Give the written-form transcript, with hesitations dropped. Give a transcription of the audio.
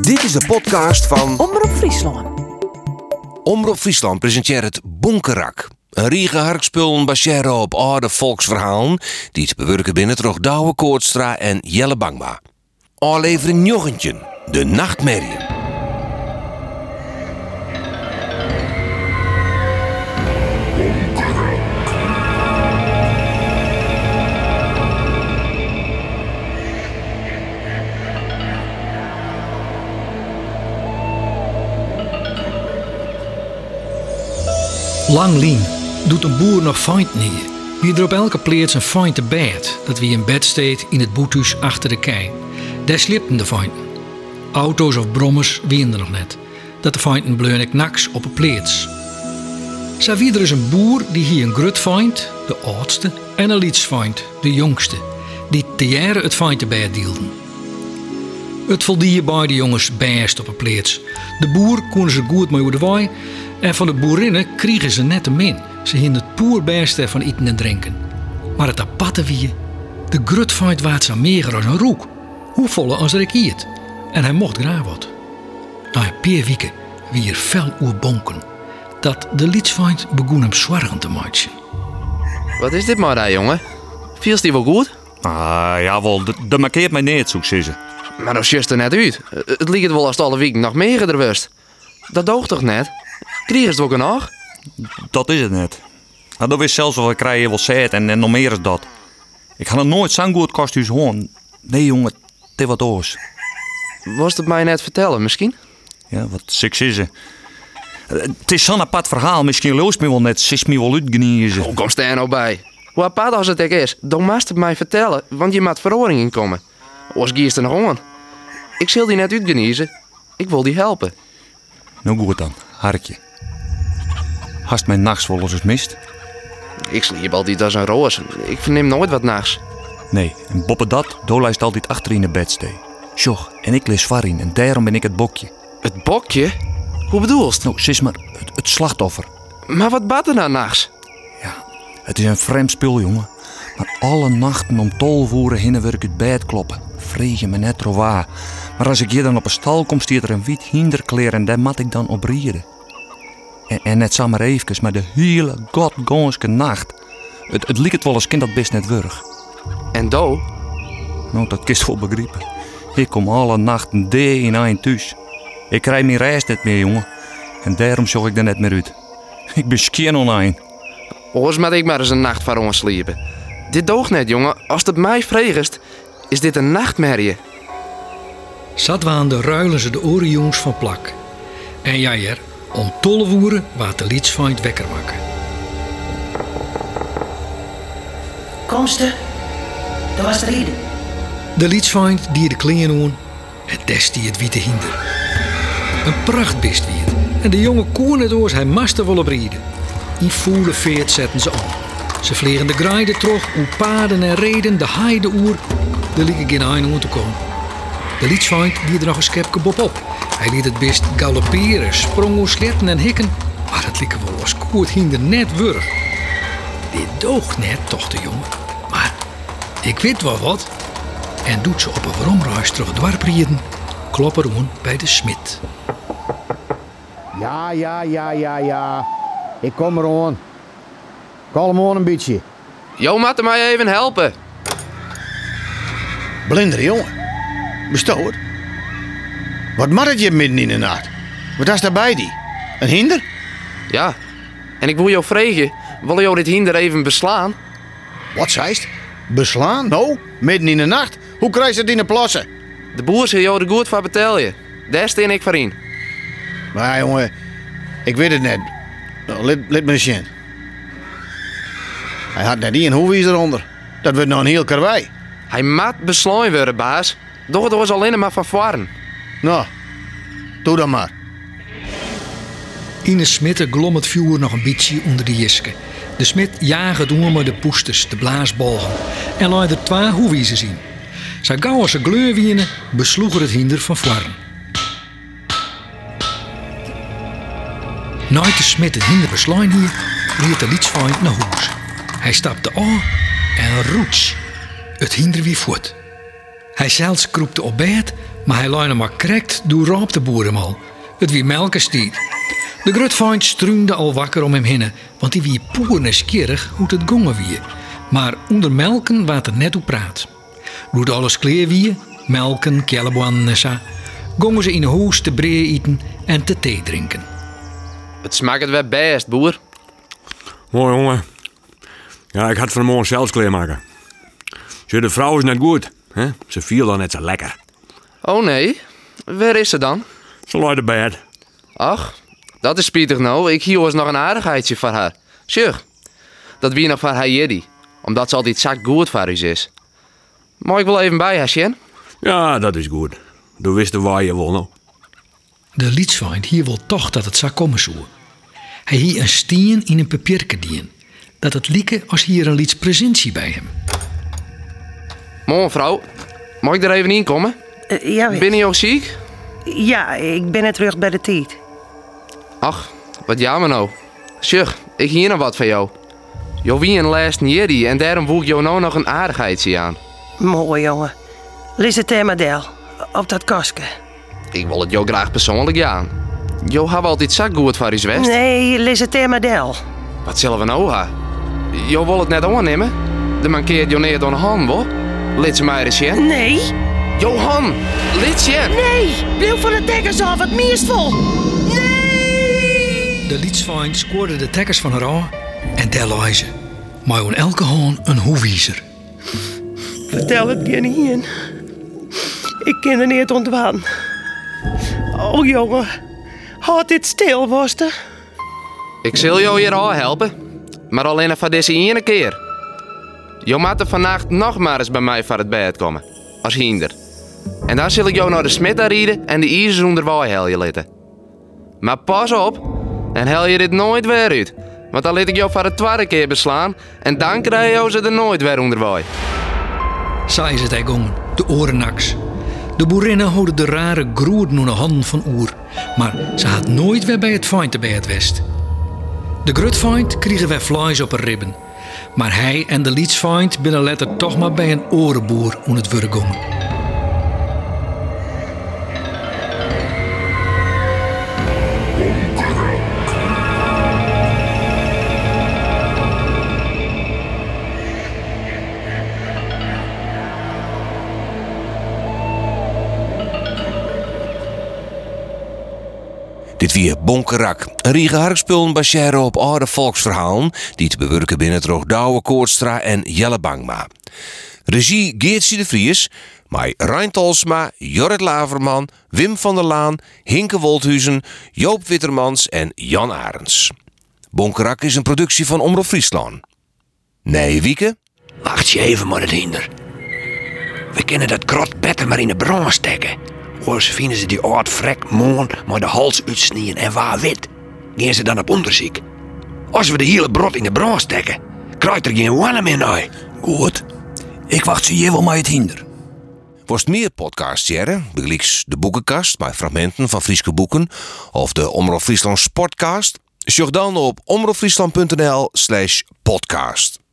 Dit is de podcast van Omroep Friesland. Omroep Friesland presenteert het Bonkerak. Een riege harkspullen baseren op oude volksverhalen die te bewerken binnen door Douwe Koortstra en Jelle Bangma. Aflevering 9, de nachtmerrie. Lang lien doet een boer nog feind neer. Wie er op elke plaats een feind te bed, dat wie in bed steekt in het boethuis achter de kei. Daar slipten de feinden. Auto's of brommers wien er nog net. Dat de feinden bleun ik naks op een plaats. Zo wie er is een boer die hier een grut feind, de oudste, en een lietsfeind, de jongste, die te jaren het feind te bed deelden. Het voldie bij de jongens best op een plaats. De boer kon ze goed mee over de waai. En van de boerinnen kregen ze net te min. Ze hielden het poer beste van eten en drinken. Maar het aparte wie, de grutfeind waard zo meer als een roek. Hoe volle als er ik hiet. En hij mocht graag wat. Na een paar weken wie er fel oer bonken. Dat de lietsfeind begon hem zwargen te maken. Wat is dit maar daar, jongen? Viels die wel goed? Jawel, dat markeert mij niet, zo ze. Maar dat just er net uit. Het liep wel als het alle weken nog meer er was. Dat doogt toch net? Kriegen ze het ook nog? Dat is het net. Nou, dat is zelfs wel, ik krijg je wel zet en nog meer is dat. Ik ga nog nooit zo'n goed kosthuis horen. Nee jongen, het is wat oors. Was het mij net vertellen, misschien? Ja, wat seks is ze. Het is zo'n apart verhaal, misschien loost me wel net, ze is me wel uitgeniezen. Hoe komt er nou bij? Hoe apart als het ook is, dan moest het mij vertellen, want je moet verhoring inkomen. Als giest er nog om. Ik zal die net uitgeniezen. Ik wil die helpen. Nou goed dan, harkje. Hast mijn nachts wel eens mist? Ik sliep altijd als een roos. Ik verneem nooit wat nachts. Nee, en boppe dat, Dola lijst altijd achter in de bedstee. Sjoch, en ik lees Varin en daarom ben ik het bokje. Het bokje? Hoe bedoelst? Nou, sis maar, het slachtoffer. Maar wat bad er nou nachts? Ja, het is een vreemd spul, jongen. Maar alle nachten om 12 uur heen wil ik het bed kloppen. Vreeg je me net waar. Maar als ik hier dan op een stal kom, stiert er een wit hinderkleer en daar mat ik dan op rieden. En net samen even, maar de hele godgonske nacht. Het liep het wel als kind dat best net wurg. En Do? Nou, dat kist wel begrijpen. Ik kom alle nachten day in een thuis. Ik krijg mijn reis niet meer, jongen. En daarom zocht ik er net meer uit. Ik ben skien online. Oors moet ik maar eens een nacht voor ons sliepen. Dit doogt net, jongen. Als het mij vreegest, is dit een nachtmerrie. Zat waande ruilen ze de orenjongens van plak. En jajer, om 12 uur waard de lietsfeind wekker wakker. Komste, dat was de reden. De lietsfeind die de klingen aan en desti het witte hinder. Een prachtbeest wie het. En de jonge koen het oors, hij maste wel op rieden. In voele veert zetten ze aan. Ze vliegen de graaide terug, hoe paden en reden, de heide oer. Er liep geen eind om te komen. De lietsfeind die er nog een schepke bob op. Hij liet het beest galopperen, sprong oer sletten en hikken. Maar het liep wel als koert hinder net wurg. Dit doogt net, toch de jongen. Maar ik weet wel wat. En doet ze op een veromreis terug het dorp rieden. Klopperoen bij de smid. Ja. Ik kom eraan. Kalm aan een beetje. Jo, moet mij even helpen. Blinder jongen. Bestoord. Wat maakt het je midden in de nacht? Wat is daarbij die? Een hinder? Ja. En ik wil jou vragen, wil jou dit hinder even beslaan? Wat zeist? Beslaan? Nou, midden in de nacht. Hoe krijg je het in de plassen? De boer zal jou er goed voor betalen. Daar steen ik voor in. Maar jongen, ik weet het net. Nou, let me eens zien. Hij had net een hoewies eronder. Dat wordt nog een heel karwei. Hij moet beslaan worden, baas. Doch het was alleen maar van varen. Nou, doe dan maar. In de smidte glom het vuur nog een beetje onder de jiske. De smid jaagde door met de poesters, de blaasbalgen. En laat er 2 hoewiezen zien. Zij gauw als ze gleur wienen, besloegen het hinder van varen. Nooit de smid het hinder beslaan hier, riet de lietsfeind naar huis. Hij stapte aan en roets. Het hinder wie voort. Hij zelfs kroepte op bed, Maar hij leunde maar krekt door raap de boer hem al. Het wie melkenstiet. De grutfeind struinde al wakker om hem heen, want die wie poer nieuwsgierig hoe het gongen wie. Maar onder melken waat er net op praat. Doet alles kleer wie, melken, kjelleboan en zo, gongen ze in een huis te bree eten en te thee drinken. Het smaakt wel best, boer. Mooi jongen. Ja, ik had vanmorgen zelfs kleermaken. De vrouw is net goed. Hè? Ze viel dan net zo lekker. Oh nee, waar is ze dan? Ze luidt bed. Ach, dat is spietig nou. Ik hier was nog een aardigheidje voor haar. Zeg, dat wie nog voor haar jiddy. Omdat ze altijd zo goed voor u is. Mag ik wel even bij haar, Sjen? Ja, dat is goed. Toen wisten waar je wel nog. De lietsfeind hier wil toch dat het zou komen zou. Hij hier een stien in een papierke dien. Dat het lieke als hier een liets presentie bij hem. Mooi vrouw, mag ik er even in komen? Ja, Ben je ook ziek? ja, ik ben net terug bij de tijd. Ach, wat jammer nou. Zeg, ik hier nog wat van jou. Jo wie een laatste jiddy en daarom voeg ik jou nou nog een aardigheidje aan. Mooi, jongen. Lees het Termadel. Op dat kastje. Ik wil het jou graag persoonlijk aan. Jo hebben altijd zo goed voor je west. Nee, lees het Termadel. Wat zullen we nou gaan? Jo wil het net aannemen? De mankeert jo neer door een hand, hoor. Lid ze mij eens, Jen. Nee, Johan, lid Jen. nee. Blijf van de dekkers af, het meest vol. Nee! De lietsfeind scoorde de tekkers van haar aan en daar lag ze. Maar aan elke haan een hoefwiezer. Vertel het geen hier. Ik kan er niet ontwaan. Oh, jongen. Houd dit stil, worsten. Ik zal jou hier al helpen. Maar alleen voor deze ene keer. Jo moet er vannacht nog maar eens bij mij voor het bed komen. Als hinder. En dan zal ik jou naar de smid rijden en de ijzers onder waai helje laten. Maar pas op. En hel je dit nooit weer uit. Want dan laat ik jou voor de tweede keer beslaan. En dan krijg je ze er nooit weer onder waai. Zij is het hij gongen, de orennaks. De boerinnen houden de rare groer naar de handen van oer. Maar ze had nooit weer bij het feind bij het west. De grutfeind kregen weer vlees op een ribben. Maar hij en de lietsfeind binnen letter toch maar bij een orenboer om het werk gongen. Dit weer Bonkerak, een riege harkspullen baseren op oude volksverhalen die te bewerken binnen het Douwe Koortstra en Jelle Bangma. Regie Geertje de Vries, met Rein Talsma, Jorrit Laverman, Wim van der Laan, Hinke Wolthuizen, Joop Wittermans en Jan Arends. Bonkerak is een productie van Omroep Friesland. Nee, Wieke? Wacht je even maar het hinder. We kunnen dat krot beter maar in de brand steken. Anders vinden ze die oud vrek moon maar de hals uitsnijden en waar wit. Gaan ze dan op onderzoek. Als we de hele brot in de brand steken, krijgt er geen wanne meer naar. Goed. Ik wacht ze hier wel maar het hinder. Worst meer podcasts jaren, begelijks de boekenkast met fragmenten van Frieske boeken of de Omroep Friesland Sportcast. Zoek dan op omroepfriesland.nl/podcast.